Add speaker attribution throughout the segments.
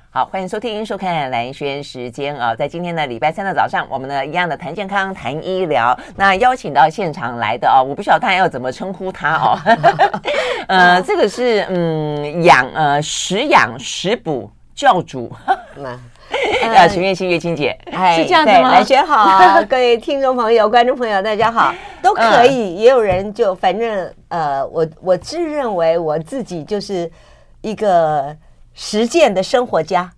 Speaker 1: 好，欢迎收听收看蓝轩时间啊，在今天的礼拜三的早上，我们呢一样的谈健康、谈医疗。那邀请到现场来的我不晓得他要怎么称呼他这个是食养食补教主陈月清月清姐，是这样子吗？
Speaker 2: 蓝轩好，各位听众朋友、观众朋友，大家好，都可以。也有人就反正我自认为我自己就是一个实践的生活家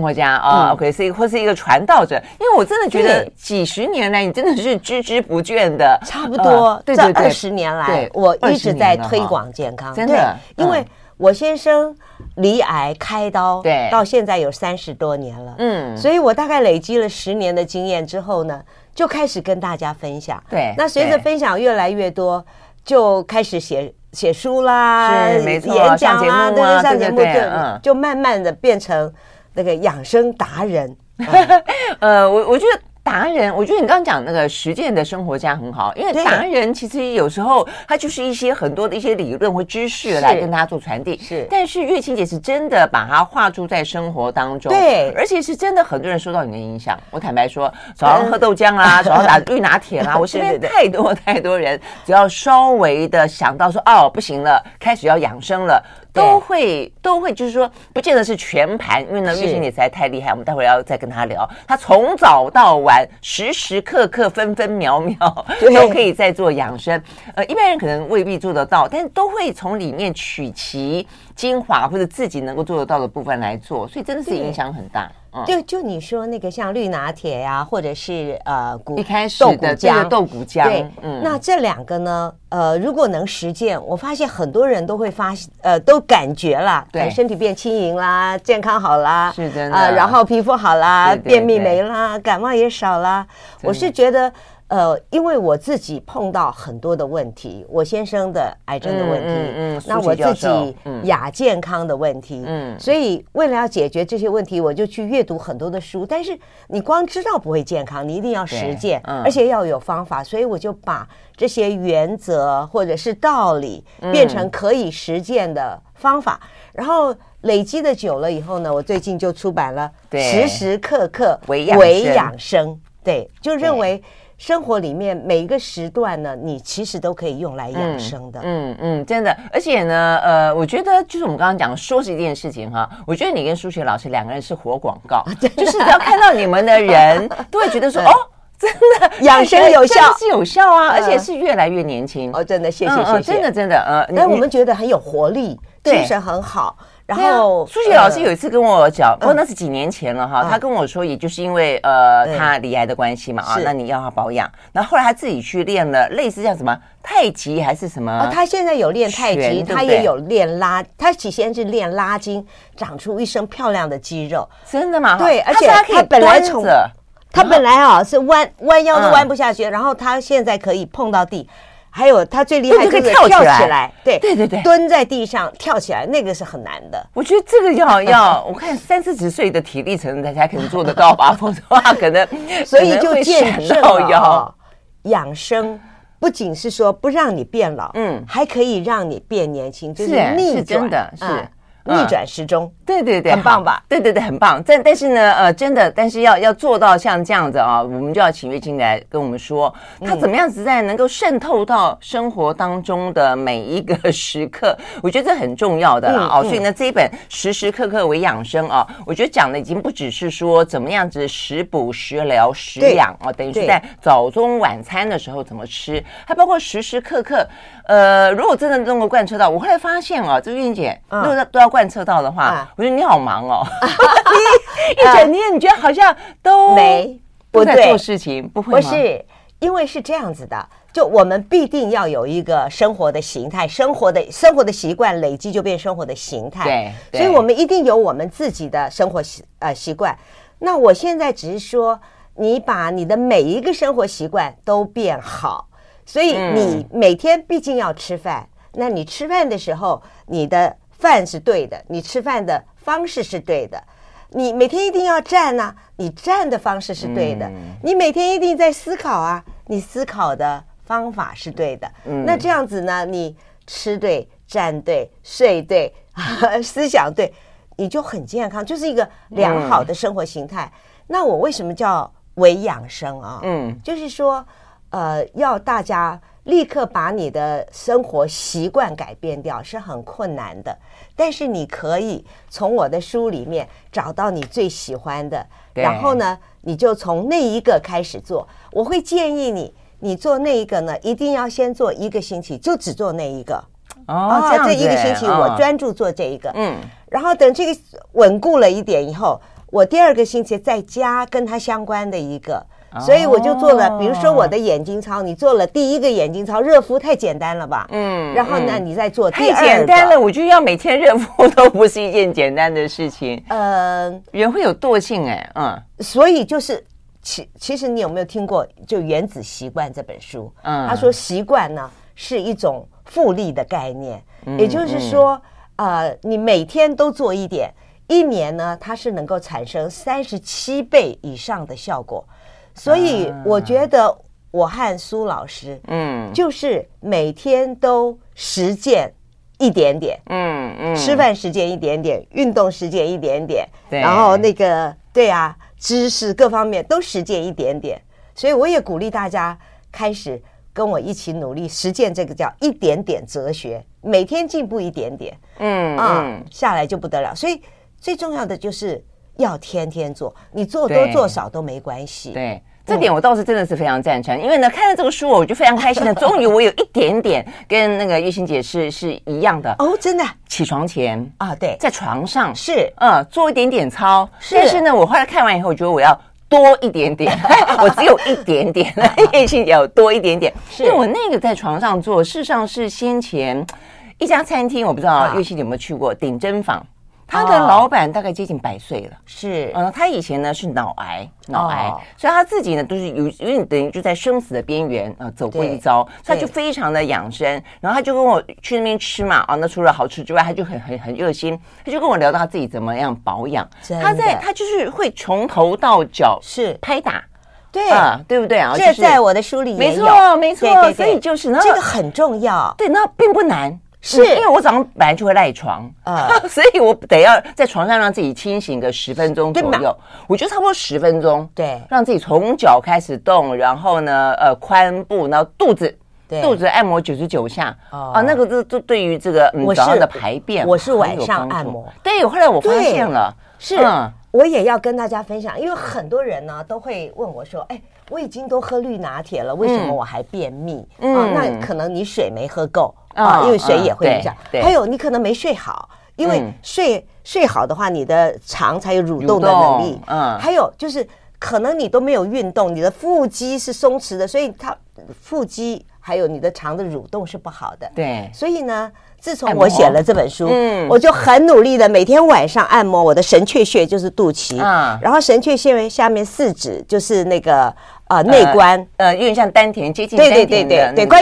Speaker 1: OK， 或是一个传道者，因为我真的觉得几十年来你真的是孜孜不倦的，
Speaker 2: 差不多这20年来我一直在推广健康，
Speaker 1: 真的，
Speaker 2: 因为我先生罹癌开刀，对，到现在有30多年了，所以我大概累积了10年的经验之后呢，就开始跟大家分享，对，那随着分享越来越多，就开始写书啦，演讲啦，对，上节目就慢慢的变成那个养生达人。
Speaker 1: 我觉得达人，我觉得你刚刚讲那个实践的生活家很好，因为达人其实有时候他就是很多的一些理论或知识来跟大家做传递，是。但是月清姐是真的把它化注在生活当中，对，而且是真的很多人受到你的影响。我坦白说，早上喝豆浆啦，早上打绿拿铁啦，我身边太多人，只要稍微的想到说不行了，开始要养生了。都会就是说不见得是全盘，因为呢月清姐实在太厉害，我们待会要再跟她聊，她从早到晚时时刻刻分分秒秒都可以在做养生，一般人可能未必做得到，但是都会从里面取其精华或者自己能够做得到的部分来做，所以真的是影响很大。
Speaker 2: 就你说那个像绿拿铁呀，或者是
Speaker 1: 一开始的这个豆谷浆，对，
Speaker 2: 那这两个呢，如果能实践，我发现很多人都会都感觉啦，对，身体变轻盈啦，健康好啦，
Speaker 1: 是真的，
Speaker 2: 然后皮肤好啦，便秘没啦，感冒也少啦。我是觉得。因为我自己碰到很多的问题，我先生的癌症的问题，那我自己亚健康的问题，所以为了要解决这些问题，我就去阅读很多的书。但是你光知道不会健康，你一定要实践，而且要有方法。所以我就把这些原则或者是道理变成可以实践的方法，然后累积的久了以后呢，我最近就出版了时时刻刻为养生，对，就认为生活里面每一个时段呢，你其实都可以用来养生的。
Speaker 1: 真的，而且呢，我觉得就是我们刚刚讲说是一件事情哈，我觉得你跟舒雪老师两个人是活广告，就是只要看到你们的人都会觉得说真的
Speaker 2: 养生有效，
Speaker 1: 是有效啊，而且是越来越年轻。
Speaker 2: 真的，谢谢，
Speaker 1: 真的，
Speaker 2: 但我们觉得很有活力，精神很好。然后
Speaker 1: 舒雪老师有一次跟我讲，那是几年前了哈，他跟我说，也就是因为他罹癌的关系嘛那你要他保养，然后后来他自己去练了类似像什么太极还是什么
Speaker 2: 他现在有练太极，他也有练他起先是练拉筋，长出一身漂亮的肌肉，
Speaker 1: 真的吗？
Speaker 2: 对，而且他本来是弯腰都弯不下去，然后他现在可以碰到地。还有他最厉害就是跳起来，对，蹲在地上跳起来，那个是很难的。
Speaker 1: 我觉得这个要我看30-40岁的体力层才可能做得到吧，否则的话可能
Speaker 2: 所以就见证了养生不仅是说不让你变老，还可以让你变年轻，就是逆转，
Speaker 1: 真的是。
Speaker 2: 逆转时钟，
Speaker 1: 对，
Speaker 2: 很棒吧？
Speaker 1: 对，很棒。但是呢，真的，但是要做到像这样子我们就要请月清来跟我们说，他怎么样子在能够渗透到生活当中的每一个时刻，我觉得这很重要的啦所以呢，这一本时时刻刻为养生我觉得讲的已经不只是说怎么样子食补、食疗、食养等于是在早中晚餐的时候怎么吃，还包括时时刻刻。如果真的能够贯彻到，我后来发现这月清姐如果都要贯彻到的话，我觉得你好忙你一整天你觉得好像都不在做事情，不会吗？
Speaker 2: 不是，因为是这样子的，就我们必定要有一个生活的形态，生活的习惯累积就变生活的形态，对，所以我们一定有我们自己的生活习惯。那我现在只是说，你把你的每一个生活习惯都变好，所以你每天毕竟要吃饭，那你吃饭的时候，你的饭是对的，你吃饭的方式是对的，你每天一定要站啊，你站的方式是对的，你每天一定在思考啊，你思考的方法是对的，那这样子呢，你吃对，站对，睡对，思想对， 你就很健康，就是一个良好的生活形态。那我为什么叫微养生啊？就是说要大家立刻把你的生活习惯改变掉是很困难的，但是你可以从我的书里面找到你最喜欢的，然后呢你就从那一个开始做。我会建议你做那一个呢，一定要先做1个星期，就只做那一个。这1个星期我专注做这一个，然后等这个稳固了一点以后，我第2个星期再加跟它相关的一个。所以我就做了，比如说我的眼睛操，你做了第1个眼睛操，热敷太简单了吧？然后呢，你再做第2个。太简单
Speaker 1: 了，我觉得要每天热敷都不是一件简单的事情。人会有惰性
Speaker 2: 所以就是其实你有没有听过就《原子习惯》这本书？他说习惯呢是一种复利的概念，也就是说，你每天都做一点，1年呢它是能够产生37倍以上的效果。所以我觉得我和苏老师就是每天都实践一点点，吃饭时间一点点，运动时间一点点，然后那个知识各方面都实践一点点。所以我也鼓励大家开始跟我一起努力实践这个叫一点点哲学，每天进步一点点，下来就不得了。所以最重要的就是要天天做，你做多做少都没关系。
Speaker 1: 对，这点我倒是真的是非常赞成，因为呢，看了这个书我就非常开心的，终于我有一点点跟那个月欣姐是一样的
Speaker 2: 哦，真的。
Speaker 1: 起床前
Speaker 2: 对，
Speaker 1: 在床上
Speaker 2: 是
Speaker 1: 做一点点操，但是呢，我后来看完以后，我觉得我要多一点点，我只有一点点，月欣姐有多一点点，因为我那个在床上做，事实上是先前一家餐厅，我不知道月欣姐有没有去过鼎珍坊。他的老板大概接近100岁了，
Speaker 2: 是，
Speaker 1: 他以前呢是脑癌，所以他自己呢都是有点等于就在生死的边缘走过一遭，所以他就非常的养生。然后他就跟我去那边吃嘛，那除了好吃之外，他就很热心，他就跟我聊到他自己怎么样保养。他就是会从头到脚是拍打。
Speaker 2: 对
Speaker 1: 对不对啊？
Speaker 2: 这在我的书里也
Speaker 1: 有，没错，所以就是
Speaker 2: 这个很重要。
Speaker 1: 对，那并不难。
Speaker 2: 是
Speaker 1: 因为我早上本来就会赖床所以我得要在床上让自己清醒个10分钟左右，我就差不多10分钟，
Speaker 2: 对，
Speaker 1: 让自己从脚开始动，然后呢髋部，然后肚子按摩99下那个这对于这个早上的排便，
Speaker 2: 我是晚上按摩。
Speaker 1: 对，后来我发现了，
Speaker 2: 是我也要跟大家分享，因为很多人呢都会问我说，我已经都喝绿拿铁了，为什么我还便秘？那可能你水没喝够因为水也会影响。还有你可能没睡好，因为睡好的话，你的肠才有蠕动的能力。还有就是可能你都没有运动，你的腹肌是松弛的，所以它腹肌还有你的肠的蠕动是不好的。
Speaker 1: 对，
Speaker 2: 所以呢，自从我写了这本书，我就很努力的每天晚上按摩我的神阙穴，就是肚脐，然后神阙穴下面4指就是那个内关，
Speaker 1: 有点像丹田，接近丹田的
Speaker 2: 对，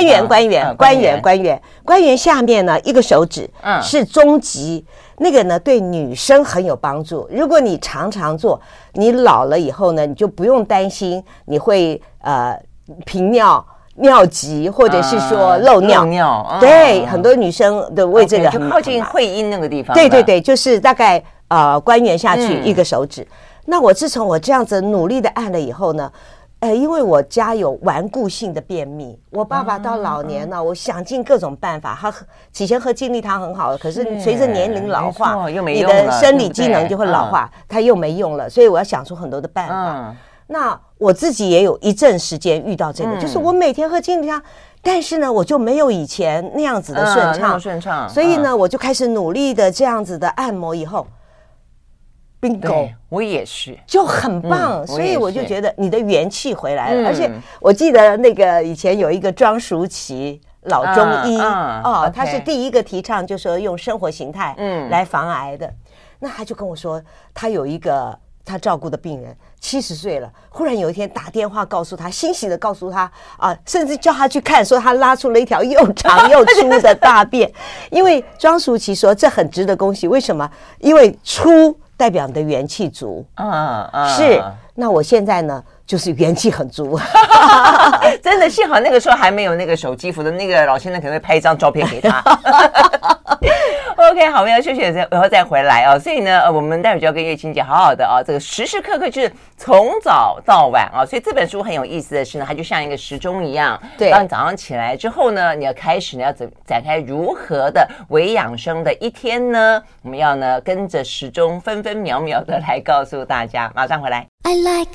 Speaker 2: 关元下面呢1个手指是中极，那个呢对女生很有帮助。如果你常常做，你老了以后呢，你就不用担心你会频尿。尿急或者是说漏尿，对，很多女生的为这个
Speaker 1: 就靠近会阴那个地方，
Speaker 2: 对，就是大概关元下去1个手指。那我自从我这样子努力的按了以后呢，因为我家有顽固性的便秘，我爸爸到老年了，我想尽各种办法，他以前喝精力汤很好，可是随着年龄老化，你的生理机能就会老化，他又没用了，所以我要想出很多的办法。那我自己也有一阵时间遇到这个，就是我每天喝精力汤，但是呢，我就没有以前那样子的顺畅，所以呢，我就开始努力的这样子的按摩以后 ，bingo，
Speaker 1: 我也是，
Speaker 2: 就很棒，所以我就觉得你的元气回来了，而且我记得那个以前有一个庄淑琪老中医他是第一个提倡就说用生活形态来防癌的，那他就跟我说，他有一个他照顾的病人70岁了，忽然有一天打电话告诉他，欣喜的告诉他甚至叫他去看，说他拉出了一条又长又粗的大便。因为庄淑琪说这很值得恭喜，为什么？因为粗代表你的元气足是。那我现在呢就是元气很足
Speaker 1: 真的幸好那个时候还没有那个手机，否则那个老先生可能会拍一张照片给他OK， OK， 好，我们要休息了，然后再回来哦。所以呢，我们待会就要跟月青姐好好的啊，这个时时刻刻就是从早到晚啊。所以这本书很有意思的是呢，它就像一个时钟一样，对，当你早上起来之后呢，你要开始你要展开如何的微养生的一天呢？我们要呢跟着时钟分分秒秒的来告诉大家。马上回来。I like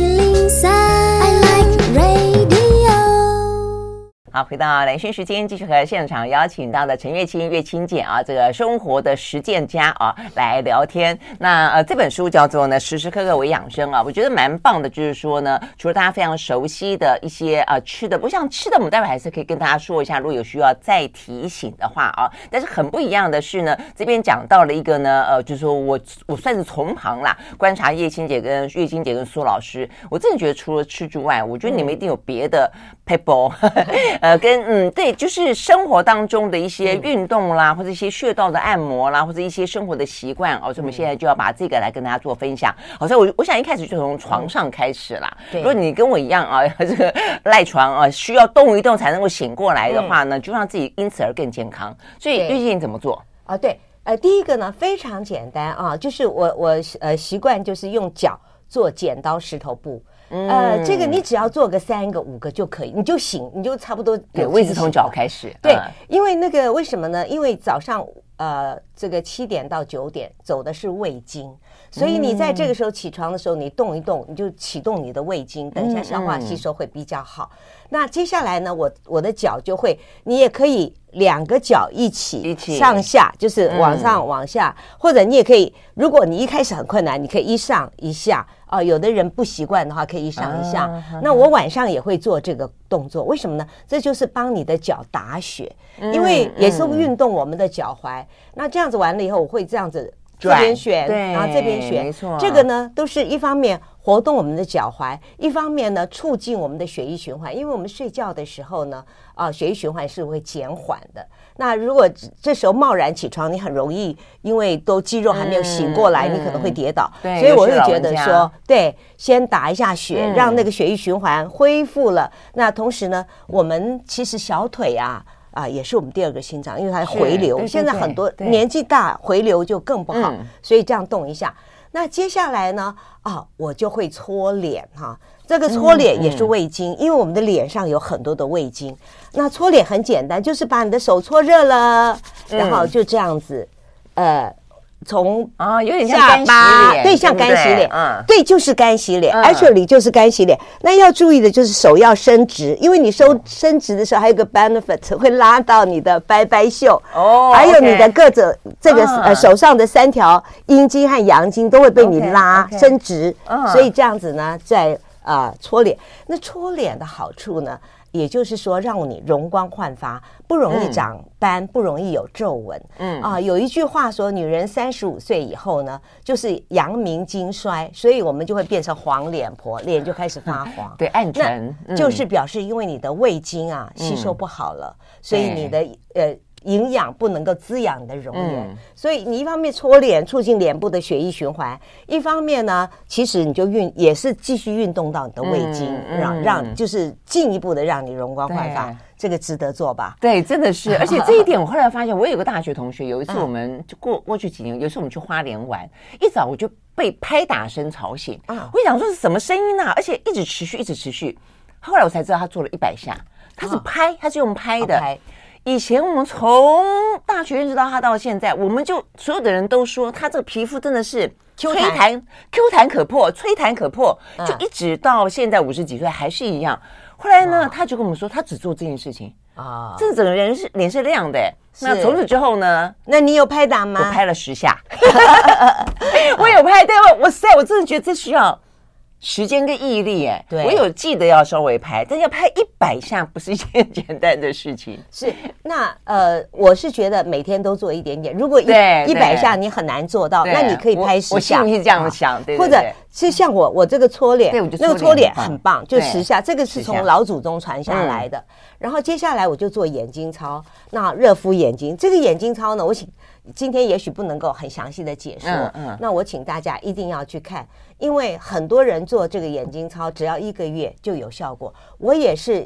Speaker 1: 103, I like radio。好，回到连续时间，继续和现场邀请到的陈月青月青姐啊，这个生活的实践家啊，来聊天。那这本书叫做呢时时刻刻微养生啊，我觉得蛮棒的，就是说呢，除了大家非常熟悉的一些吃的，不像吃的，我们待会还是可以跟大家说一下，如果有需要再提醒的话啊。但是很不一样的是呢，这边讲到了一个呢，就是说我算是从旁啦，观察月青姐跟苏老师，我真的觉得除了吃之外，我觉得你们一定有别的 people。对，就是生活当中的一些运动啦，或者一些穴道的按摩啦，或者一些生活的习惯哦，所以我们现在就要把这个来跟大家做分享。好，所以我想一开始就从床上开始啦。如果你跟我一样啊，这个赖床啊，需要动一动才能够醒过来的话呢，就让自己因此而更健康。所以月青你怎么做
Speaker 2: 啊？对，第一个呢非常简单啊，就是我习惯就是用脚做剪刀石头布。这个你只要做个3个5个就可以，你就醒，你就差不多。
Speaker 1: 对，我也是从脚开始。
Speaker 2: 对，因为那个为什么呢？因为早上这个7点到9点走的是胃经，所以你在这个时候起床的时候，你动一动，你就启动你的胃经，等一下消化吸收会比较好。那接下来呢，我的脚就会，你也可以2个脚一起上下，就是往上往下，或者你也可以，如果你一开始很困难，你可以一上一下。有的人不习惯的话，可以一上一下。那我晚上也会做这个动作，为什么呢？这就是帮你的脚打血，因为也是运动我们的脚踝。那这样子完了以后，我会这样子这边旋，然后这边旋，没错。这个呢，都是一方面活动我们的脚踝，一方面呢促进我们的血液循环。因为我们睡觉的时候呢，血液循环是会减缓的。那如果这时候贸然起床，你很容易因为都肌肉还没有醒过来，你可能会跌倒。所以我会觉得说，对，先打一下血，让那个血液循环恢复了。那同时呢，我们其实小腿也是我们第2个心脏，因为它回流。现在很多年纪大回流就更不好，所以这样动一下。那接下来呢，我就会搓脸哈。这个搓脸也是胃经，因为我们的脸上有很多的胃经。那搓脸很简单，就是把你的手搓热了，然后就这样子，从
Speaker 1: 有点像干洗脸，
Speaker 2: 对，像干洗脸，对，就是干洗脸，actually 就是干洗脸。那要注意的就是手要伸直，因为你伸直的时候还有一个 benefit 会拉到你的掰掰袖，还有你的这个手上的3条阴茎和阳茎都会被你拉伸直，所以这样子呢，在搓脸。那搓脸的好处呢，也就是说让你容光焕发，不容易长斑，不容易有皱纹。有一句话说，女人35岁以后呢，就是阳明经衰，所以我们就会变成黄脸婆，脸就开始发黄。
Speaker 1: 对，暗沉，
Speaker 2: 就是表示因为你的胃经吸收不好了，所以你的营养不能够滋养你的容颜，所以你一方面搓脸促进脸部的血液循环，一方面呢，其实你就也是继续运动到你的胃经，让就是进一步的让你容光焕发，这个值得做吧？
Speaker 1: 对，真的是，而且这一点我后来发现，我有个大学同学，有一次我们就过去几年，有一次我们去花莲玩，一早我就被拍打声吵醒，我想说是什么声音啊，而且一直持续，后来我才知道他做了100下，他是用拍的。以前我们从大学认识到他到现在，我们就所有的人都说他这个皮肤真的是 Q 弹可破，吹弹可破，就一直到现在50几岁还是一样。后来呢，他就跟我们说，他只做这件事情这整个人脸是亮的。那从此之后呢？
Speaker 2: 那你有拍打吗？
Speaker 1: 我拍了10下，我有拍，对，我真的觉得这需要时间跟毅力对，我有记得要稍微拍，但要拍100下不是一件简单的事情。
Speaker 2: 是，那我是觉得每天都做一点点。如果100下你很难做到，那你可以拍10下。
Speaker 1: 我心里是这样想，对，
Speaker 2: 或者是像我这个搓脸，那个搓脸很棒，就10下，这个是从老祖宗传下来的。然后接下来我就做眼睛操，那热敷眼睛。这个眼睛操呢，我今天也许不能够很详细的解说，那我请大家一定要去看，因为很多人做这个眼睛操只要1个月就有效果。我也是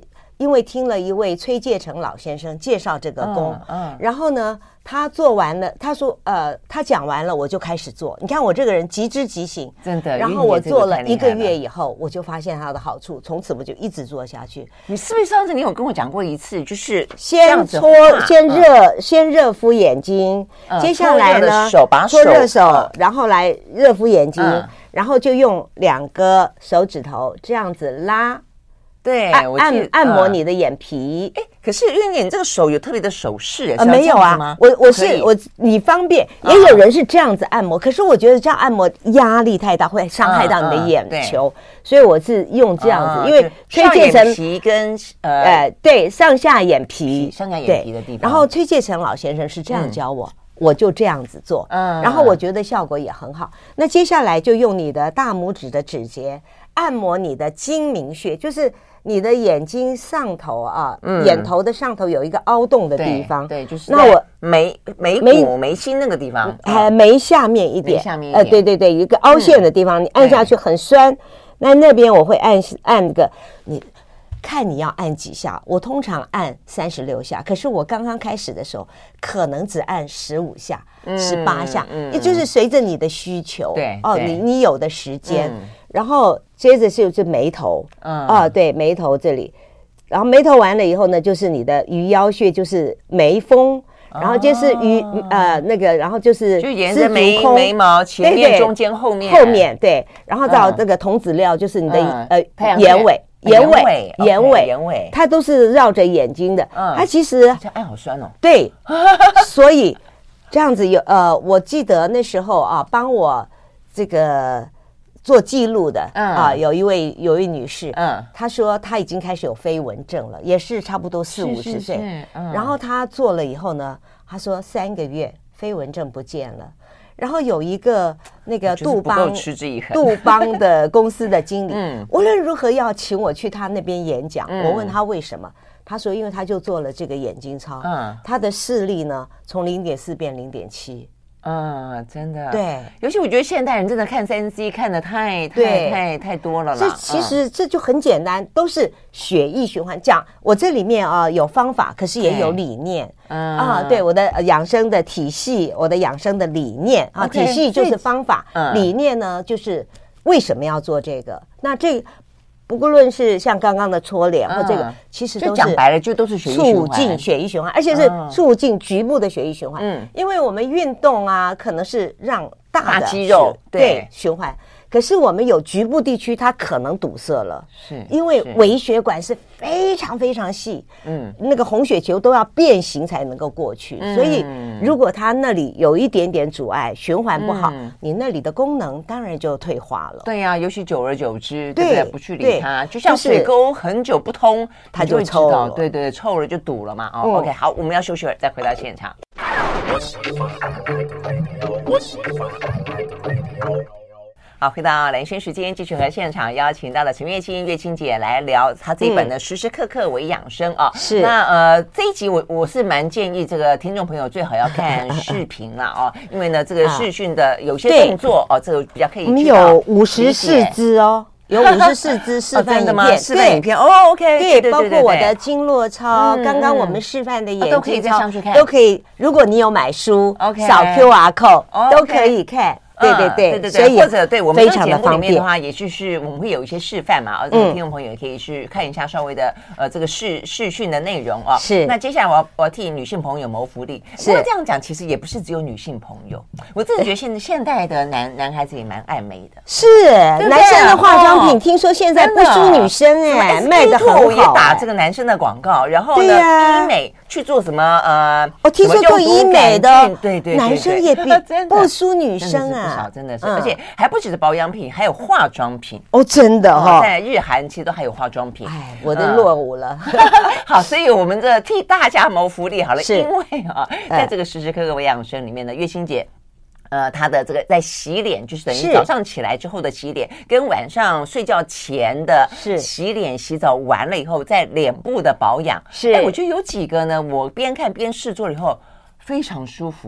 Speaker 2: 因为听了一位崔介成老先生介绍这个功，然后呢，他做完了，他说他讲完了，我就开始做。你看我这个人即知即行，
Speaker 1: 真的。
Speaker 2: 然后我做了1个月以后，我就发现它的好处，从此我就一直做下去。
Speaker 1: 你是不是上次你有跟我讲过一次，就是
Speaker 2: 先热敷眼睛，接下来呢搓热手，然后来热敷眼睛，然后就用2个手指头这样子拉。
Speaker 1: 对，
Speaker 2: 按摩你的眼皮。
Speaker 1: 可是因为你这个手有特别的手势，
Speaker 2: 没有啊？你方便，也有人是这样子按摩，可是我觉得这样按摩压力太大，会伤害到你的眼球，所以我是用这样子，因为崔介成
Speaker 1: 上眼皮跟
Speaker 2: 对上下眼皮
Speaker 1: 的地方，
Speaker 2: 然后崔介成老先生是这样教我。我就这样子做，然后我觉得效果也很好。那接下来就用你的大拇指的指节按摩你的睛明穴，就是你的眼睛上头啊，眼头的上头有一个凹洞的地方，
Speaker 1: 对，就是那我眉心那个地方，
Speaker 2: 眉下面一点，
Speaker 1: 对
Speaker 2: 对对，一个凹陷的地方，你按下去很酸，那边我会按个你。看你要按几下，我通常按36下，可是我刚刚开始的时候可能只按15下、18下，也就是随着你的需求，你有的时间，然后接着就是眉头，对，眉头这里，然后眉头完了以后呢，就是你的鱼腰穴，就是眉峰。然后就是然后就是
Speaker 1: 就沿着眉毛前面、中间、后
Speaker 2: 面，对，然后到这个童子髎，就是你的眼尾，它都是绕着眼睛的。它其实
Speaker 1: 这按好酸哦。
Speaker 2: 对，所以这样子我记得那时候啊，帮我这个做记录的有一位女士，她说她已经开始有飞蚊症了，也是差不多40-50岁，然后她做了以后呢，她说3个月飞蚊症不见了。然后有一个那个杜邦的公司的经理，无论如何要请我去他那边演讲。我问他为什么，他说因为他就做了这个眼睛操，他的视力呢从0.4变0.7。
Speaker 1: 真的，
Speaker 2: 对，
Speaker 1: 尤其我觉得现代人真的看3C 看得太多了啦。
Speaker 2: 这其实这就很简单，都是血液循环。讲我这里面有方法，可是也有理念对，我的养生的体系，我的养生的理念体系就是方法，理念呢就是为什么要做这个。那这不论是像刚刚的搓脸或这个，其实都是
Speaker 1: 讲白了就都是
Speaker 2: 促进血液循环，而且是促进局部的血液循环。因为我们运动啊，可能是让大的
Speaker 1: 肌肉
Speaker 2: 对循环，可是我们有局部地区它可能堵塞了，因为微血管是非常非常细，那个红血球都要变形才能够过去，所以如果它那里有一点点阻碍，循环不好，你那里的功能当然就退化了。
Speaker 1: 对呀，尤其久而久之，对不对？不去理它，就像水沟很久不通，
Speaker 2: 它就臭了，
Speaker 1: 对对，臭了就堵了嘛。OK， 好，我们要休息会儿，再回到现场。好，回到蓝轩时间，继续和现场邀请到了陈月清月清姐来聊她这一本的时时刻刻为养生啊。
Speaker 2: 是，
Speaker 1: 那这一集我是蛮建议这个听众朋友最好要看视频啦哦，因为呢这个视讯的有些动作这个比较可以。
Speaker 2: 我们有54支哦。有54支示范影片，
Speaker 1: 示范影片
Speaker 2: OK， 对，包括我的经络操，刚刚我们示范的眼睛操
Speaker 1: 都可以再上去看，
Speaker 2: 都可以。如果你有买书，扫 QR code 都可以看。对，
Speaker 1: 所以或者对我们这个节目里面的话，也就是我们会有一些示范嘛，听众朋友也可以去看一下稍微的这个视讯的内容啊。
Speaker 2: 是。
Speaker 1: 那接下来我要替女性朋友谋福利。不过这样讲，其实也不是只有女性朋友，我真的觉得现代的男孩子也蛮爱美的。
Speaker 2: 是，男生的化妆品听说现在不输女生卖得很好。
Speaker 1: 也打这个男生的广告，然后呢，医美去做什么
Speaker 2: 我听说做医美的，
Speaker 1: 对，
Speaker 2: 男生也不输女生啊。
Speaker 1: 真的是，而且还不只是保养品，还有化妆品
Speaker 2: 真的
Speaker 1: 在日韩其实都还有化妆品。
Speaker 2: 我都落伍了。
Speaker 1: 好，所以我们这替大家谋福利好了，因为在这个时时刻刻为养生里面呢，月清姐她的这个在洗脸，就是等于早上起来之后的洗脸，跟晚上睡觉前的洗脸洗澡完了以后，在脸部的保养，我觉得有几个呢，我边看边试做了以后非常舒服。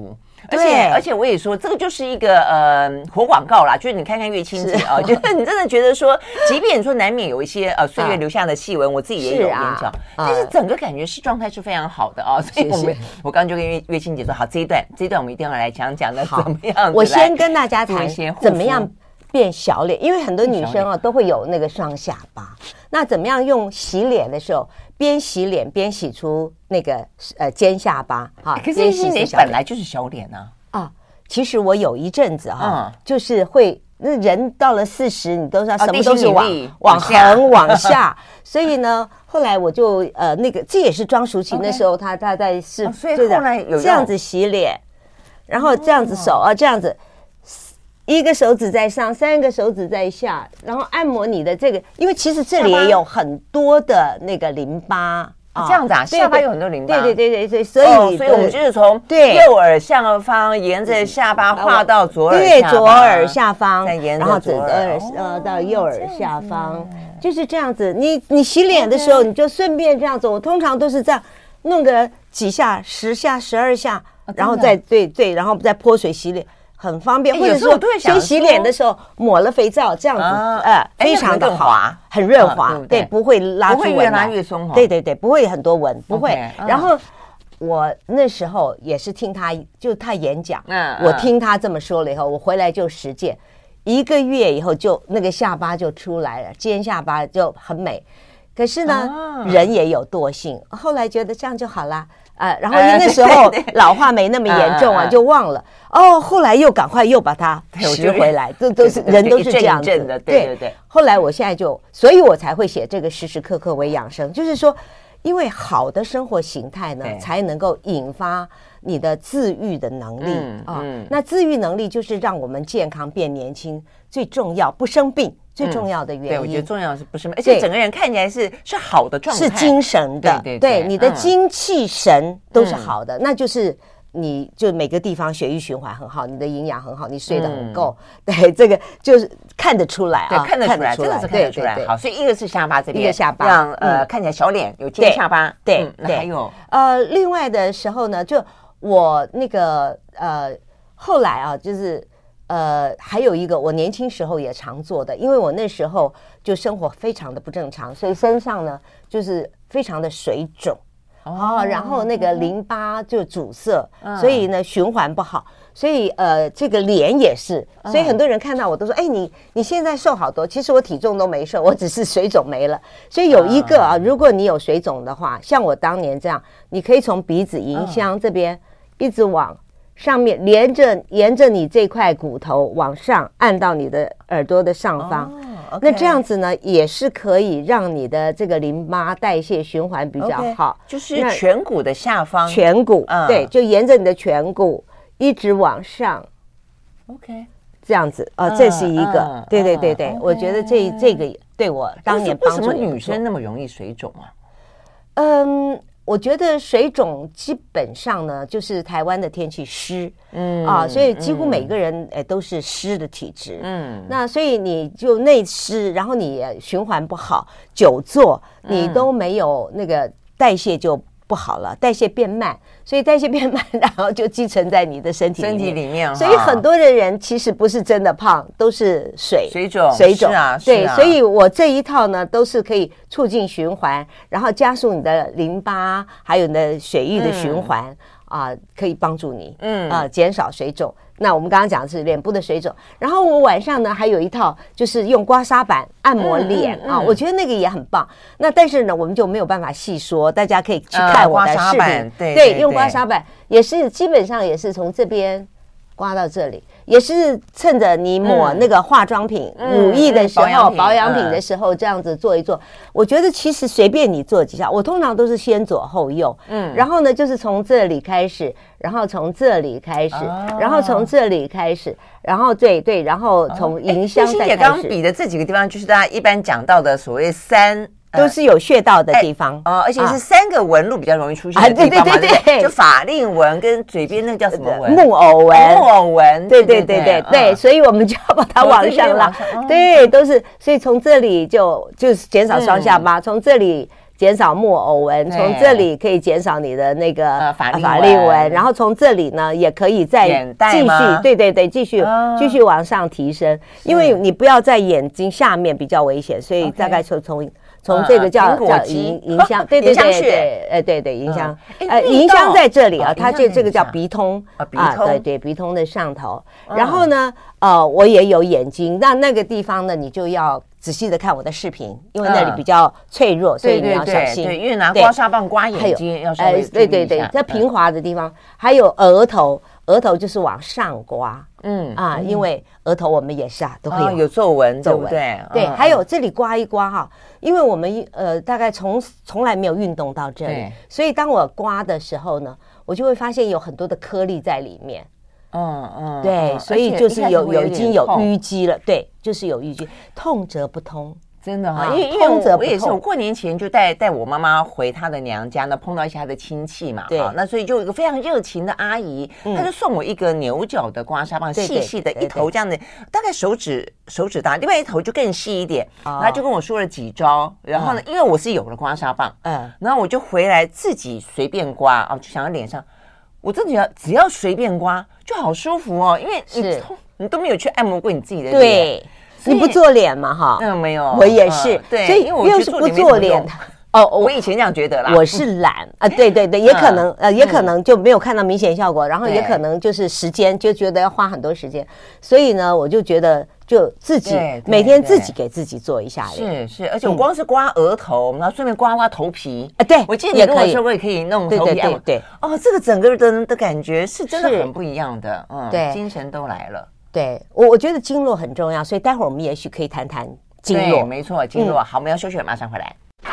Speaker 1: 而且我也说，这个就是一个活广告啦，就是你看看月清姐啊，就是你真的觉得说，即便你说难免有一些岁月留下的细纹，我自己也有眼角，但是整个感觉是状态是非常好的啊。所以我刚刚就跟月清姐说，好，这一段我们一定要来讲讲的怎么样。
Speaker 2: 我先跟大家谈怎么样变小脸，因为很多女生都会有那个双下巴，那怎么样用洗脸的时候？边洗脸边洗出那个尖下巴哈，
Speaker 1: 可是你本来就是小脸啊。
Speaker 2: 其实我有一阵子就是会那人到了40，你都知道什么都是往横往下，所以呢，后来我就那个这也是庄淑琪那时候他在是，
Speaker 1: 所以后来有
Speaker 2: 这样子洗脸，然后这样子手这样子。1个手指在上，3个手指在下，然后按摩你的这个，因为其实这里也有很多的那个淋巴
Speaker 1: 这样子啊，下巴有很多淋巴，
Speaker 2: 对，所以
Speaker 1: 我们就是从右耳下方沿着下巴画到左耳下方，
Speaker 2: 左耳下方，
Speaker 1: 然
Speaker 2: 后左耳到右耳下方，就是这样子。你洗脸的时候，你就顺便这样子。我通常都是这样弄个几下，10下、12下，然后再对，然后再泼水洗脸。很方便，或者说先洗脸的时候抹了肥皂，这样子非常的好，很润滑，对，不会拉出纹，
Speaker 1: 不会越拉越松，
Speaker 2: 对，不会很多纹，不会。然后我那时候也是听他演讲，我听他这么说了以后，我回来就实践，1个月以后就那个下巴就出来了，尖下巴就很美。可是呢，人也有惰性，后来觉得这样就好啦。然后那时候老化没那么严重就忘了后来又赶快又把它拾回来，这都是人都是这样子
Speaker 1: 的，对。
Speaker 2: 后来我现在所以我才会写这个时时刻刻为养生，就是说，因为好的生活形态呢，才能够引发你的自愈的能力那自愈能力就是让我们健康变年轻，最重要不生病。最重要的原因，
Speaker 1: 对，我觉得重要的是不是，而且整个人看起来是好的状态，
Speaker 2: 是精神的，对，你的精气神都是好的，那就是你就每个地方血液循环很好，你的营养很好，你睡得很够，对，这个就是看得出来
Speaker 1: 对，看得出来，真的是看得出来。好，所以一个是下巴这边，
Speaker 2: 一个下巴
Speaker 1: 让看起来小脸有尖下巴，
Speaker 2: 对，
Speaker 1: 那还有
Speaker 2: 另外的时候呢，就我那个后来就是还有一个我年轻时候也常做的，因为我那时候就生活非常的不正常，所以身上呢就是非常的水肿然后那个淋巴就阻塞，所以呢循环不好，所以这个脸也是，所以很多人看到我都说，你现在瘦好多，其实我体重都没瘦，我只是水肿没了。所以有一个如果你有水肿的话，像我当年这样，你可以从鼻子迎香这边一直往上面沿着你这块骨头往上按到你的耳朵的上方那这样子呢也是可以让你的这个淋巴代谢循环比较好
Speaker 1: 就是颧骨的下方，
Speaker 2: 颧骨对，就沿着你的颧骨一直往上
Speaker 1: OK
Speaker 2: 这样子这是一个对，我觉得这个对我当年帮助。
Speaker 1: 为什么女生那么容易水肿
Speaker 2: 我觉得水肿基本上呢，就是台湾的天气湿，所以几乎每个人都是湿的体质，那所以你就内湿，然后你也循环不好，久坐你都没有那个代谢就不好了，代谢变慢，所以代谢变慢，然后就积沉在你的身体里面，所以很多的人其实不是真的胖，都是水肿是啊，对，所以我这一套呢都是可以促进循环，然后加速你的淋巴还有你的血液的循环可以帮助你减少水肿。那我们刚刚讲的是脸部的水肿，然后我晚上呢还有一套就是用刮痧板按摩脸我觉得那个也很棒。那但是呢我们就没有办法细说，大家可以去看我的视频，对，用刮痧板也是基本上也是从这边刮到这里，也是趁着你抹那个化妆品乳液的时候保养品的时候这样子做一做。我觉得其实随便你做几下，我通常都是先左后右然后呢就是从这里开始，然后从这里开始然后从这里开始，然后对，然后从迎香再开始。
Speaker 1: 也刚刚比的这几个地方就是大家一般讲到的所谓
Speaker 2: 都是有穴道的地方
Speaker 1: 而且是3个纹路比较容易出现的地方嘛，对，就法令纹跟嘴边那个叫什么纹？
Speaker 2: 木偶纹，对，所以我们就要把它往上拉，对，都是，所以从这里就是减少双下巴，从这里减少木偶纹，从这里可以减少你的那个法令纹，然后从这里呢也可以再继续，对，继续往上提升，因为你不要在眼睛下面比较危险，所以大概从这个叫迎香，对，迎香，迎香在这里啊，它这个叫鼻通啊，对，鼻通的上头。然后呢，我也有眼睛，那个地方呢，你就要仔细的看我的视频，因为那里比较脆弱，所以你要小心。
Speaker 1: 对，因为拿刮痧棒刮眼睛要稍微注意一下。
Speaker 2: 对，在平滑的地方，还有额头就是往上刮。因为额头我们也是都会
Speaker 1: 有皱纹，对不对？
Speaker 2: 对，还有这里刮一刮哈，因为我们大概从来没有运动到这里，所以当我刮的时候呢，我就会发现有很多的颗粒在里面。对，所以就是已经有淤积了，对，就是有淤积，痛则不通。
Speaker 1: 真的哈，因为我也是，我过年前就带我妈妈回她的娘家呢，碰到一些她的亲戚嘛，对，那所以就有一个非常热情的阿姨，她就送我一个牛角的刮痧棒，细细的一头这样的，大概手指大，另外一头就更细一点，然后就跟我说了几招，然后呢，因为我是有了刮痧棒，然后我就回来自己随便刮就想要脸上，我真的只要随便刮就好舒服哦，因为你都没有去按摩过你自己的脸。对，
Speaker 2: 你不做脸嘛哈？
Speaker 1: 没有，
Speaker 2: 我也是，
Speaker 1: 对，
Speaker 2: 所以又是不做脸。
Speaker 1: 我以前这样觉得啦，
Speaker 2: 我是懒对，也可能就没有看到明显效果，然后也可能就是时间就觉得要花很多时间，所以呢，我就觉得就自己每天自己给自己做一下脸，
Speaker 1: 是，而且我光是刮额头，然后顺便刮头皮
Speaker 2: 对，
Speaker 1: 我记得你跟我说我也可以弄头皮，
Speaker 2: 对，
Speaker 1: 这个整个人的感觉是真的很不一样的，对，精神都来了。
Speaker 2: 对，我觉得经络很重要，所以待会儿我们也许可以谈谈经络。
Speaker 1: 没错，经络。好，我们要休息了，马上回来。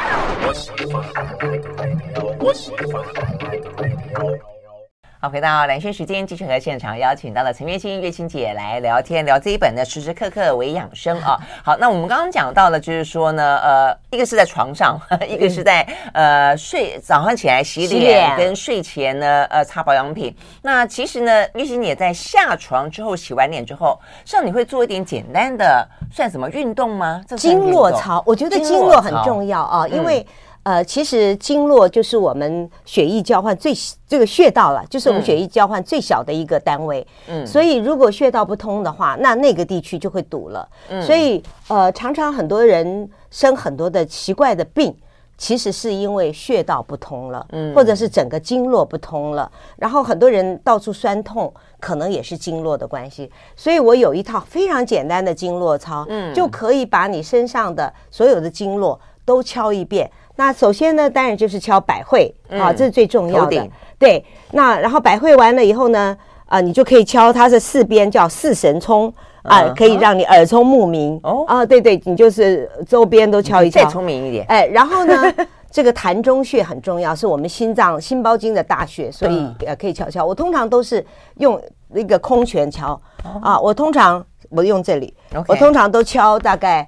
Speaker 1: 好，回到蓝轩时间，继续和现场邀请到了陈月卿月卿姐来聊天，聊这一本呢时时刻刻为养生啊。好，那我们刚刚讲到了，就是说呢，一个是在床上，一个是在早上起来洗脸，跟睡前呢擦保养品。那其实呢，月卿姐在下床之后洗完脸之后，像你会做一点简单的算什么运动吗？
Speaker 2: 经络操，我觉得经络很重要啊，因为。其实经络就是我们血液交换这个穴道了，就是我们血液交换最小的一个单位。所以如果穴道不通的话，那个地区就会堵了。所以常常很多人生很多的奇怪的病，其实是因为穴道不通了，或者是整个经络不通了。然后很多人到处酸痛，可能也是经络的关系。所以我有一套非常简单的经络操，就可以把你身上的所有的经络都敲一遍。那首先呢，当然就是敲百会这是最重要的。对，那然后百会完了以后呢，你就可以敲它的四边，叫四神聪可以让你耳聪目明。对，你就是周边都敲一敲，
Speaker 1: 再聪明一点。
Speaker 2: 然后呢，这个膻中穴很重要，是我们心包经的大穴，所以可以敲。我通常都是用一个空拳敲我用这里，我通常都敲大概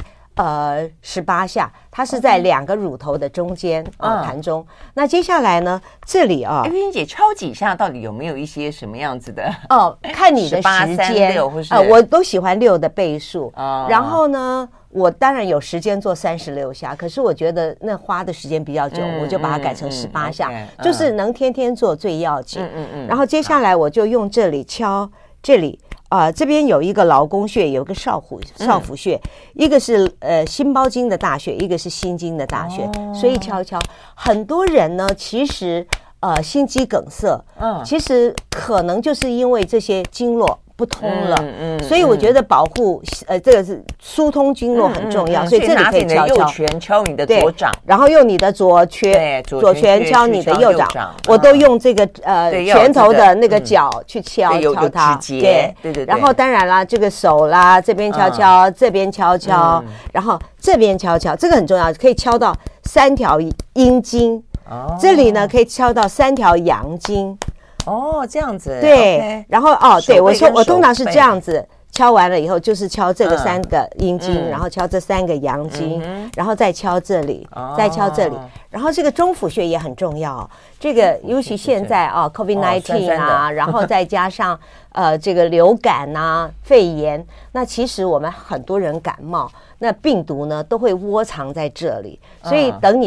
Speaker 2: 18下，它是在2个乳头的中间膻中。那接下来呢，这里月卿姐
Speaker 1: 敲几下，到底有没有一些什么样子的？
Speaker 2: 看你的时间我都喜欢6的倍数。然后呢，我当然有时间做36下，可是我觉得那花的时间比较久，我就把它改成18下，就是能天天做最要紧。然后接下来我就用这里敲这里。这边有一个劳宫穴，有一个少府穴，一个是心包经的大穴，一个是心经的大穴，所以敲一敲。很多人呢，其实心肌梗塞，其实可能就是因为这些经络不通了，所以我觉得保护这个是疏通经络很重要，所以这里可以敲敲。
Speaker 1: 右拳敲你的左掌，
Speaker 2: 然后用你的左拳敲你的右掌，我都用这个拳头的那个角去敲它。
Speaker 1: 对，
Speaker 2: 然后当然啦，这个手啦，这边敲敲，这边敲敲，然后这边敲敲，这个很重要，可以敲到3条阴经。这里呢可以敲到3条阳经。
Speaker 1: 这样子。
Speaker 2: 对，然后对，我通常是这样子敲完了以后，就是敲这个3个阴经，然后敲这3个阳经，然后再敲这里，再敲这里，然后这个中府穴也很重要。这个尤其现在COVID-19 然后再加上这个流感肺炎，那其实我们很多人感冒，那病毒呢都会窝藏在这里，所以等你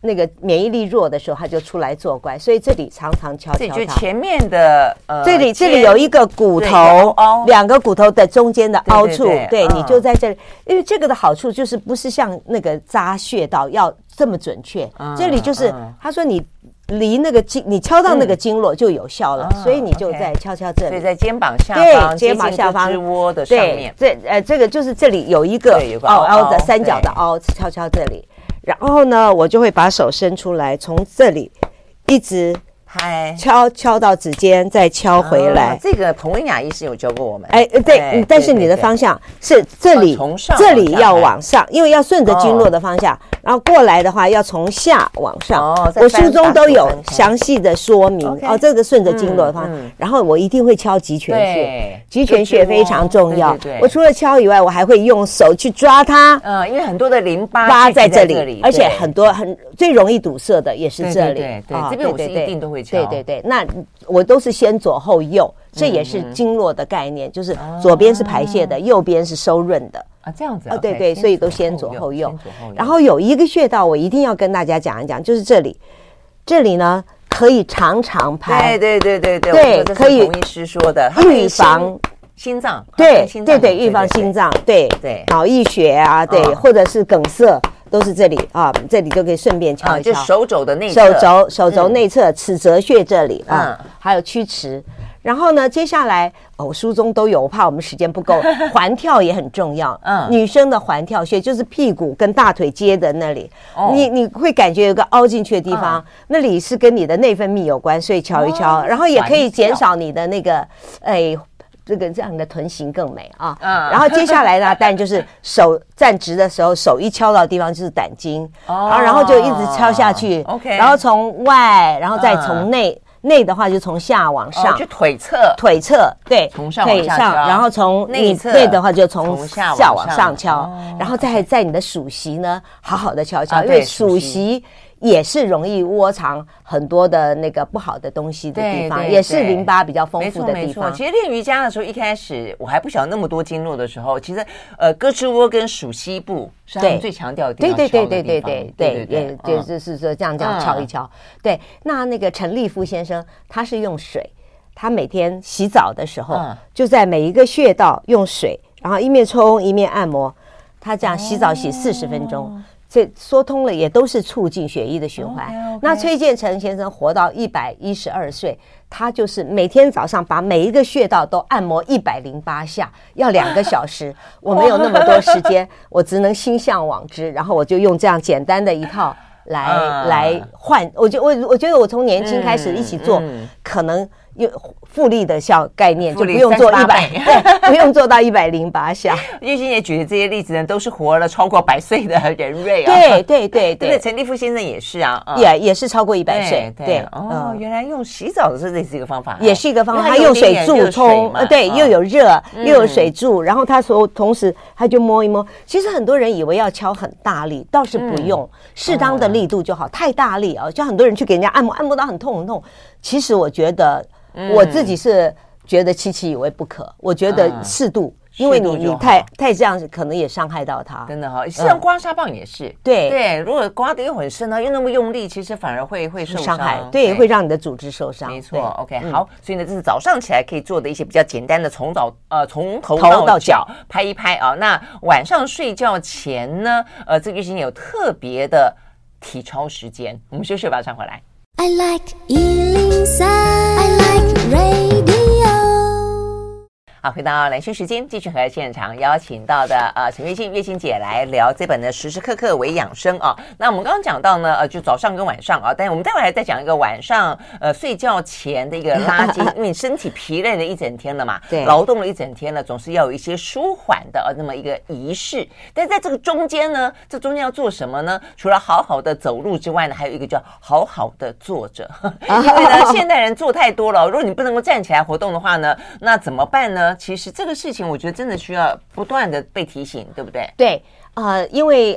Speaker 2: 那个免疫力弱的时候，他就出来作怪，所以这里常常敲敲它。
Speaker 1: 就前面的
Speaker 2: 这里有一个骨头，2个骨头的中间的凹处，对，你就在这里。因为这个的好处就是不是像那个扎穴道要这么准确，这里就是他说你离那个你敲到那个经络就有效了，所以你就在敲敲这里，
Speaker 1: 所以在肩膀下方，
Speaker 2: 对，肩膀下方
Speaker 1: 支窝的上面，
Speaker 2: 这个就是这里有一个凹的三角的凹，敲敲这里。然后呢，我就会把手伸出来，从这里一直敲到指尖，再敲回来。
Speaker 1: 这个彭文雅医师有教过我们。
Speaker 2: 对，但是你的方向是这里，这里要往上，因为要顺着经络的方向。然后过来的话，要从下往上。我书中都有详细的说明。这个顺着经络的方向。然后我一定会敲极泉穴，极泉穴非常重要。我除了敲以外，我还会用手去抓它。
Speaker 1: 因为很多的淋巴
Speaker 2: 在这里，而且最容易堵塞的也是这里。
Speaker 1: 对，这边我是一定都会敲。
Speaker 2: 对，那我都是先左后右，这也是经络的概念，就是左边是排泄的，右边是收润的。
Speaker 1: 这样子
Speaker 2: 对，所以都先左后右。然后有一个穴道我一定要跟大家讲一讲，就是这里呢可以常常拍。
Speaker 1: 对，
Speaker 2: 可以。
Speaker 1: 洪医师说的，
Speaker 2: 预防
Speaker 1: 心脏。
Speaker 2: 对，预防心脏。对，脑溢血啊，对，或者是梗塞。都是这里啊，这里就可以顺便敲一敲。
Speaker 1: 就手肘的内侧，
Speaker 2: 手肘内侧尺泽穴这里还有曲池。然后呢，接下来书中都有，我怕我们时间不够。环跳也很重要，女生的环跳穴就是屁股跟大腿接的那里，你会感觉有个凹进去的地方，那里是跟你的内分泌有关，所以敲一敲，然后也可以减少你的那个这样的臀型更美啊。然后接下来呢，当然就是手站直的时候，手一敲到的地方就是胆经，然后就一直敲下去，然后从外，然后再从内的话就从下往上，
Speaker 1: 就腿侧，
Speaker 2: 对，
Speaker 1: 从上往下敲，
Speaker 2: 然后从内的话就从下往上敲，然后再在你的属膝呢好好的敲敲，因为属膝也是容易窝藏很多的那个不好的东西的地方，也是淋巴比较丰富的地方。
Speaker 1: 其实练瑜伽的时候，一开始我还不晓得那么多经络的时候，其实胳肢窝跟属膝部是他们最强调的地方。
Speaker 2: 对，就是说这样敲一敲。对，那个陈立夫先生他是用水，他每天洗澡的时候就在每一个穴道用水，然后一面冲一面按摩，他这样洗澡洗40分钟。这说通了，也都是促进血液的循环。那崔建成先生活到112岁，他就是每天早上把每一个穴道都按摩108下，要2个小时。我没有那么多时间，我只能心向往之，然后我就用这样简单的一套来换。我觉得我从年轻开始一起做，可能有复利的概念，就不用做不用做到108下。
Speaker 1: 玉欣也举的这些例子呢，都是活了超过100岁的人瑞啊。对，陈立夫先生也是啊，
Speaker 2: 也是超过100岁。对，
Speaker 1: 原来用洗澡的这是一个方法，
Speaker 2: 也是一个方法。他用水柱冲，对，又有热又有水柱，然后他同时他就摸一摸。其实很多人以为要敲很大力，倒是不用，适当的力度就好。太大力就很多人去给人家按摩到很痛很痛。其实我觉得。我自己是觉得期以为不可，我觉得适度，因为你太这样子，可能也伤害到他。
Speaker 1: 真的哈，像刮痧棒也是，对，如果刮得又很深，又那么用力，其实反而会受伤害，
Speaker 2: 对，会让你的组织受伤。
Speaker 1: 没错 ，OK， 好，所以呢，这是早上起来可以做的一些比较简单的，从头到脚拍一拍啊。那晚上睡觉前呢，这个星期有特别的体操时间，我们休息把它转回来。I like 103, I like radio。好，回到蓝轩时间，继续和现场邀请到的陈月欣姐来聊这本的时时刻刻为养生啊。那我们刚刚讲到呢，就早上跟晚上啊，但是我们待会还再讲一个晚上睡觉前的一个拉筋，因为你身体疲累了一整天了嘛，对，劳动了一整天了，总是要有一些舒缓的那么一个仪式。但在这个中间呢，这中间要做什么呢？除了好好的走路之外呢，还有一个叫好好的坐着，因为呢现代人坐太多了，如果你不能够站起来活动的话呢，那怎么办呢？其实这个事情我觉得真的需要不断的被提醒，对不对？
Speaker 2: 对， 因为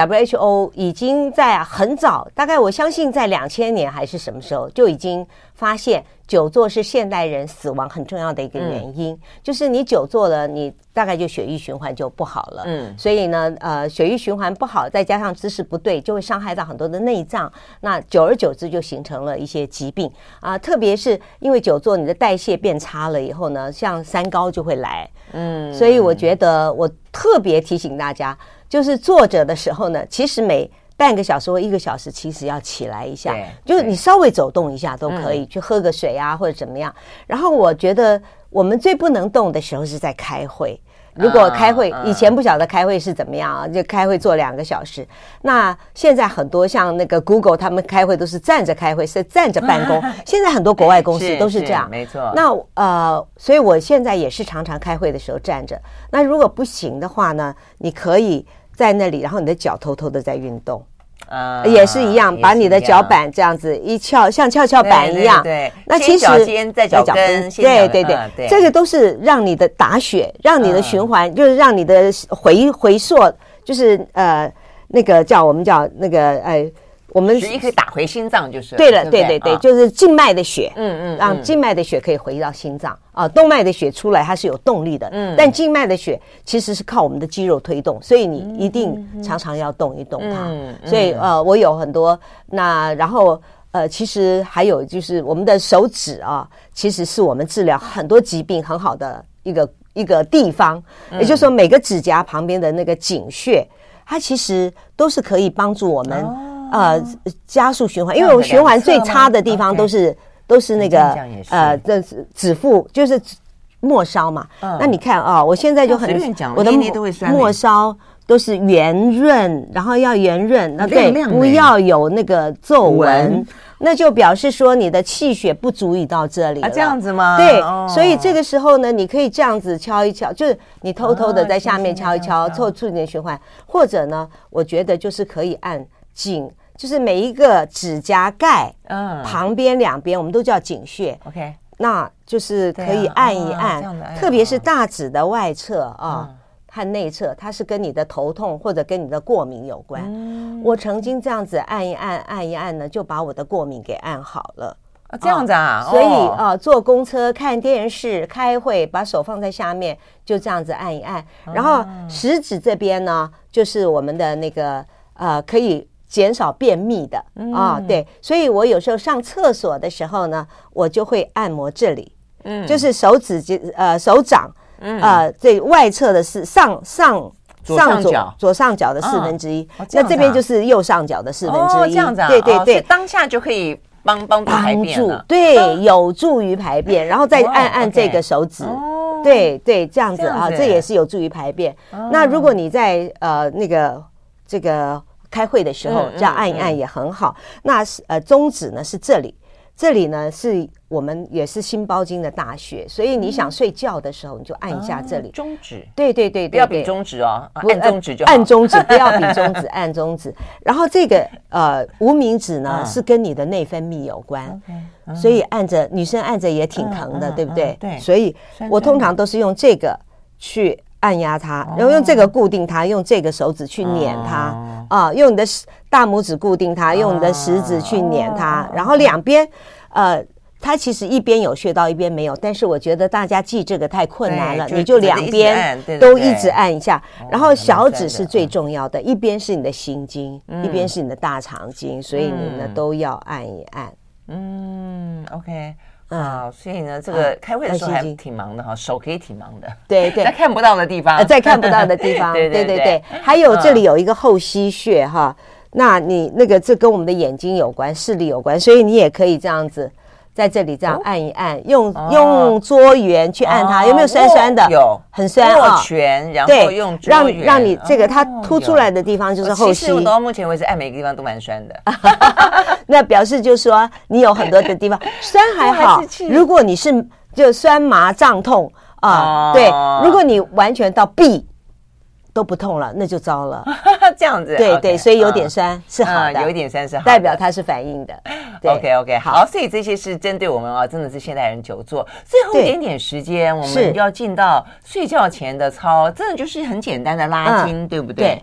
Speaker 2: WHO 已经在很早，大概我相信在2000年还是什么时候就已经发现久坐是现代人死亡很重要的一个原因，就是你久坐了，你大概就血液循环就不好了。所以呢，血液循环不好，再加上姿势不对，就会伤害到很多的内脏。那久而久之就形成了一些疾病特别是因为久坐，你的代谢变差了以后呢，像三高就会来。所以我觉得我特别提醒大家，就是坐着的时候呢，其实每半个小时或1个小时其实要起来一下，就是你稍微走动一下都可以，去喝个水啊或者怎么样。然后我觉得我们最不能动的时候是在开会。如果开会以前不晓得开会是怎么样就开会坐2个小时。那现在很多像那个 Google 他们开会都是站着开会，是站着办公。现在很多国外公司都是这样，
Speaker 1: 没错。
Speaker 2: 那所以我现在也是常常开会的时候站着。那如果不行的话呢，你可以在那里，然后你的脚偷偷的在运动。也是一样，把你的脚板这样子一翘，像跷跷板一样。
Speaker 1: 对，
Speaker 2: 那其实
Speaker 1: 脚尖再脚跟，
Speaker 2: 对，这个都是让你的打血，让你的循环，就是让你的回溯，就是那个叫我们叫那个我们
Speaker 1: 血液可以打回心脏，就是
Speaker 2: 对了，对，就是静脉的血，让静脉的血可以回到心脏动脉的血出来它是有动力的，但静脉的血其实是靠我们的肌肉推动，所以你一定常常要动一动它。所以我有很多然后其实还有就是我们的手指其实是我们治疗很多疾病很好的一个地方，也就是说每个指甲旁边的那个井穴，它其实都是可以帮助我们加速循环，因为我循环最差的地方都是那个指腹，就是末梢嘛。那你看我现在就很我的末梢都是圆润，然后要圆润，对，不要有那个皱纹，那就表示说你的气血不足以到这里了。
Speaker 1: 这样子吗？
Speaker 2: 对，所以这个时候呢，你可以这样子敲一敲，就是你偷偷的在下面敲一敲，促进你的循环。或者呢，我觉得就是可以按颈，就是每一个指甲盖旁边2边我们都叫颈穴。
Speaker 1: OK，
Speaker 2: 那就是可以按一按，特别是大指的外侧和内侧，它是跟你的头痛或者跟你的过敏有关。我曾经这样子按一按呢，就把我的过敏给按好了。
Speaker 1: 这样子
Speaker 2: 所以坐公车、看电视、开会，把手放在下面，就这样子按一按。然后食指这边呢，就是我们的那个可以减少便秘的对。所以我有时候上厕所的时候呢，我就会按摩这里，就是手掌这外侧的是左上角的1/4，那这边就是右上角的1/4。
Speaker 1: 这样子
Speaker 2: 对，
Speaker 1: 当下就可以帮助排便了，
Speaker 2: 对，有助于排便，然后再按这个手指，对，这样子这也是有助于排便。那如果你在这个开会的时候这样按一按也很好。那中指呢是这里呢是我们也是心包经的大穴，所以你想睡觉的时候你就按一下这里。
Speaker 1: 中指，
Speaker 2: 对，
Speaker 1: 不要比中指按中指就好，
Speaker 2: 按中指，不要比中指，按中指。然后这个无名指呢是跟你的内分泌有关，所以女生按着也挺疼的，对不对？
Speaker 1: 对，
Speaker 2: 所以我通常都是用这个去按压它，然后用这个固定它，用这个手指去捻它用你的大拇指固定它，用你的食指去捻它，然后两边它其实一边有穴道一边没有，但是我觉得大家记这个太困难了，你就两边都一直按一下。然后小指是最重要的，一边是你的心经，一边是你的大肠经，所以你呢都要按一按。
Speaker 1: OK。所以呢，这个开会的时候还挺忙的手可以挺忙的。
Speaker 2: 对，
Speaker 1: 在看不到的地方，
Speaker 2: 在看不到的地方，对。还有这里有一个后溪穴那你这跟我们的眼睛有关，视力有关，所以你也可以这样子在这里这样按一按，用桌缘去按它，有没有酸酸的？
Speaker 1: 有，
Speaker 2: 很酸
Speaker 1: 握拳，然后用桌缘，
Speaker 2: 让你这个它凸出来的地方就是后溪。
Speaker 1: 其实我到目前为止按每个地方都蛮酸的，
Speaker 2: 那表示就是说你有很多的地方酸还好。如果你是就酸麻胀痛对，如果你完全到臂都不痛了，那就糟了。
Speaker 1: 这样子，
Speaker 2: 对，所以有点酸是好的，
Speaker 1: 有一点酸是好的，
Speaker 2: 代表它是反应的。
Speaker 1: OK， 好，所以这些是针对我们真的是现代人久坐。最后一点时间，我们要进到睡觉前的操，真的就是很简单的拉筋，对不对？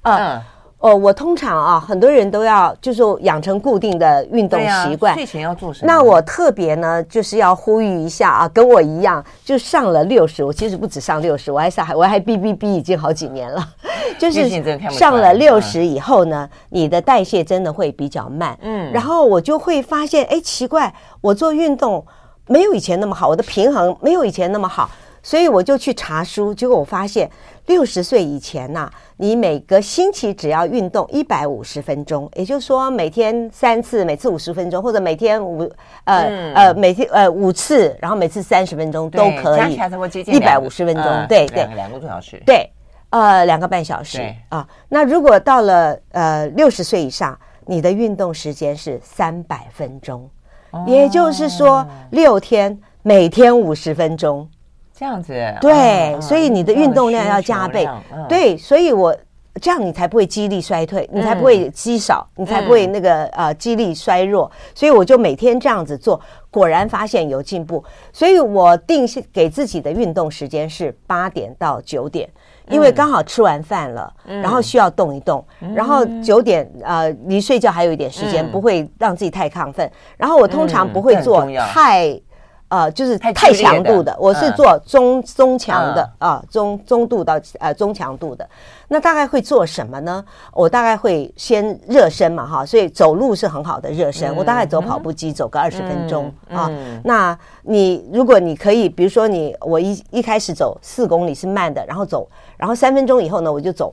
Speaker 2: 我通常很多人都要就是养成固定的运动习惯。
Speaker 1: 睡前要做什么？
Speaker 2: 那我特别呢，就是要呼吁一下跟我一样，就上了60，我其实不止上60，我还哔已经好几年了。就是上了60以后呢，你的代谢真的会比较慢。然后我就会发现，奇怪，我做运动没有以前那么好，我的平衡没有以前那么好。所以我就去查书，结果我发现60岁以前你每个星期只要运动150分钟，也就是说每天3次，每次50分钟，或者每天每天5次，然后每次30分钟都可以，加
Speaker 1: 起来才会接近
Speaker 2: 150分钟，对对
Speaker 1: ，2个多小时，
Speaker 2: 对，2个半小时啊。那如果到了60岁以上，你的运动时间是300分钟，也就是说6天，每天50分钟。
Speaker 1: 这样子，
Speaker 2: 对，所以你的运动量要加倍，对，所以这样你才不会肌力衰退，你才不会肌少，你才不会那个肌力衰弱，所以我就每天这样子做，果然发现有进步，所以我定给自己的运动时间是8点到9点，因为刚好吃完饭了，然后需要动一动，然后9点离睡觉还有一点时间，不会让自己太亢奋，然后我通常不会做就是太强度的，我是做中强的中度到中强度的。那大概会做什么呢？我大概会先热身嘛所以走路是很好的热身，我大概走跑步机走个20分钟那如果你可以，比如说我一开始走4公里是慢的，然后3分钟以后呢，我就走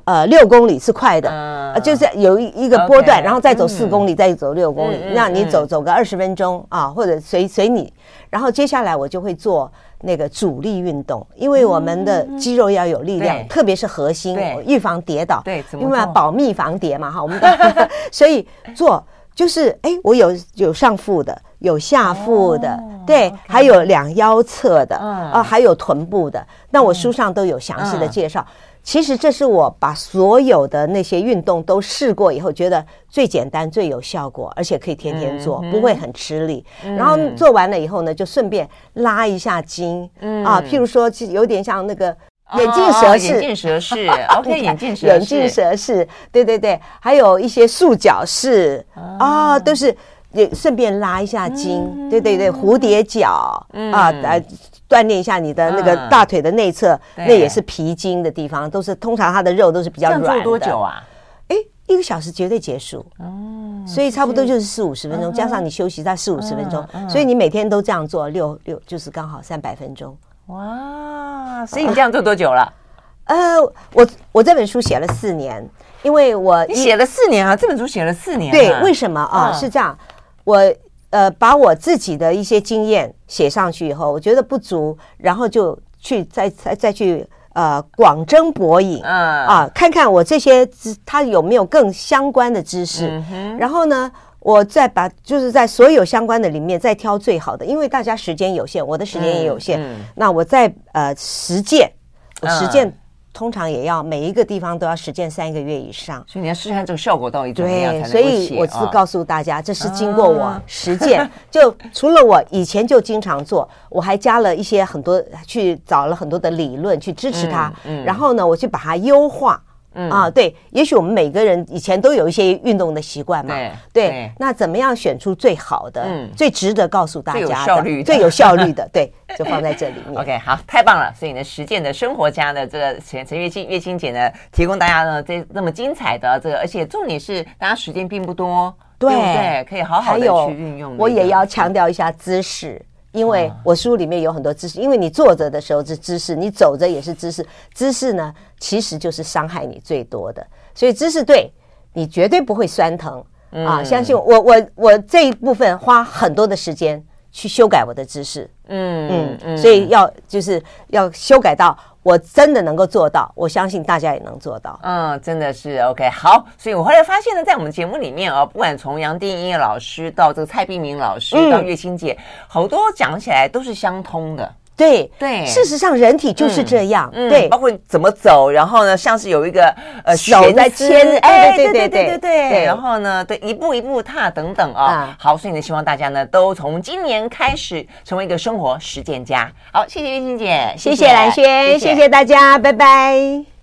Speaker 2: 6公里是快的，就是有一个波段，然后再走4公里，再走6公里，那你走个20分钟或者随你。然后接下来我就会做那个阻力运动，因为我们的肌肉要有力量，特别是核心，预防跌倒，
Speaker 1: 对，
Speaker 2: 因为保密防跌嘛我们所以做就是我有上腹的，有下腹的，对，还有2腰侧的还有臀部的，那我书上都有详细的介绍。其实这是我把所有的那些运动都试过以后，觉得最简单最有效果，而且可以天天做，不会很吃力。然后做完了以后呢，就顺便拉一下筋譬如说有点像那个眼镜蛇式，
Speaker 1: 眼镜蛇式，OK， 眼镜
Speaker 2: 蛇式，对对对，还有一些束脚式都是也顺便拉一下筋，对对对，蝴蝶脚锻炼一下你的那个大腿的内侧，那也是脾经的地方，都是通常它的肉都是比较软的。
Speaker 1: 这样做多久啊
Speaker 2: ？1个小时绝对结束所以差不多就是40-50分钟，加上你休息在40-50分钟，所以你每天都这样做6就是刚好300分钟。
Speaker 1: 哇，所以你这样做多久了？
Speaker 2: 我这本书写了4年，因为你
Speaker 1: 写了4年这本书写了4年
Speaker 2: 对，为什么是这样，我把我自己的一些经验写上去以后，我觉得不足，然后就去再去广征博引看看我这些它有没有更相关的知识，然后呢我再就是在所有相关的里面再挑最好的，因为大家时间有限，我的时间也有限，那我再实践通常也要每一个地方都要实践3个月以上，
Speaker 1: 所以你要试看这个效果到底怎么样才能够
Speaker 2: 写。所以我是告诉大家，这是经过我实践就除了我以前就经常做，我还加了一些去找了很多的理论去支持它，然后呢我去把它优化对，也许我们每个人以前都有一些运动的习惯嘛，对，那怎么样选出最好的最值得告诉大家的最有效率的对，就放在这里面。
Speaker 1: OK， 好，太棒了！所以呢，实践的生活家的这个陈月清姐呢，提供大家呢这么精彩的这个，而且重点是大家时间并不多，对不对？可以好好的去运用。
Speaker 2: 我也要强调一下姿势。因为我书里面有很多姿势，因为你坐着的时候是姿势，你走着也是姿势，姿势呢其实就是伤害你最多的，所以姿势对你绝对不会酸疼相信我这一部分花很多的时间去修改我的姿势，所以就是要修改到我真的能够做到，我相信大家也能做到。
Speaker 1: 真的是 OK。 好，所以我后来发现呢，在我们节目里面不管从杨定一老师到这个蔡碧明老师到月清姐，好多讲起来都是相通的。
Speaker 2: 对，事实上人体就是这样，对，
Speaker 1: 包括怎么走，然后呢，像是有一个
Speaker 2: 手在牵，
Speaker 1: 对，然后呢，对，一步一步踏等等好，所以呢，希望大家呢都从今年开始成为一个生活实践家。好，谢谢月清姐，
Speaker 2: 谢谢兰萱，谢谢大家，拜拜。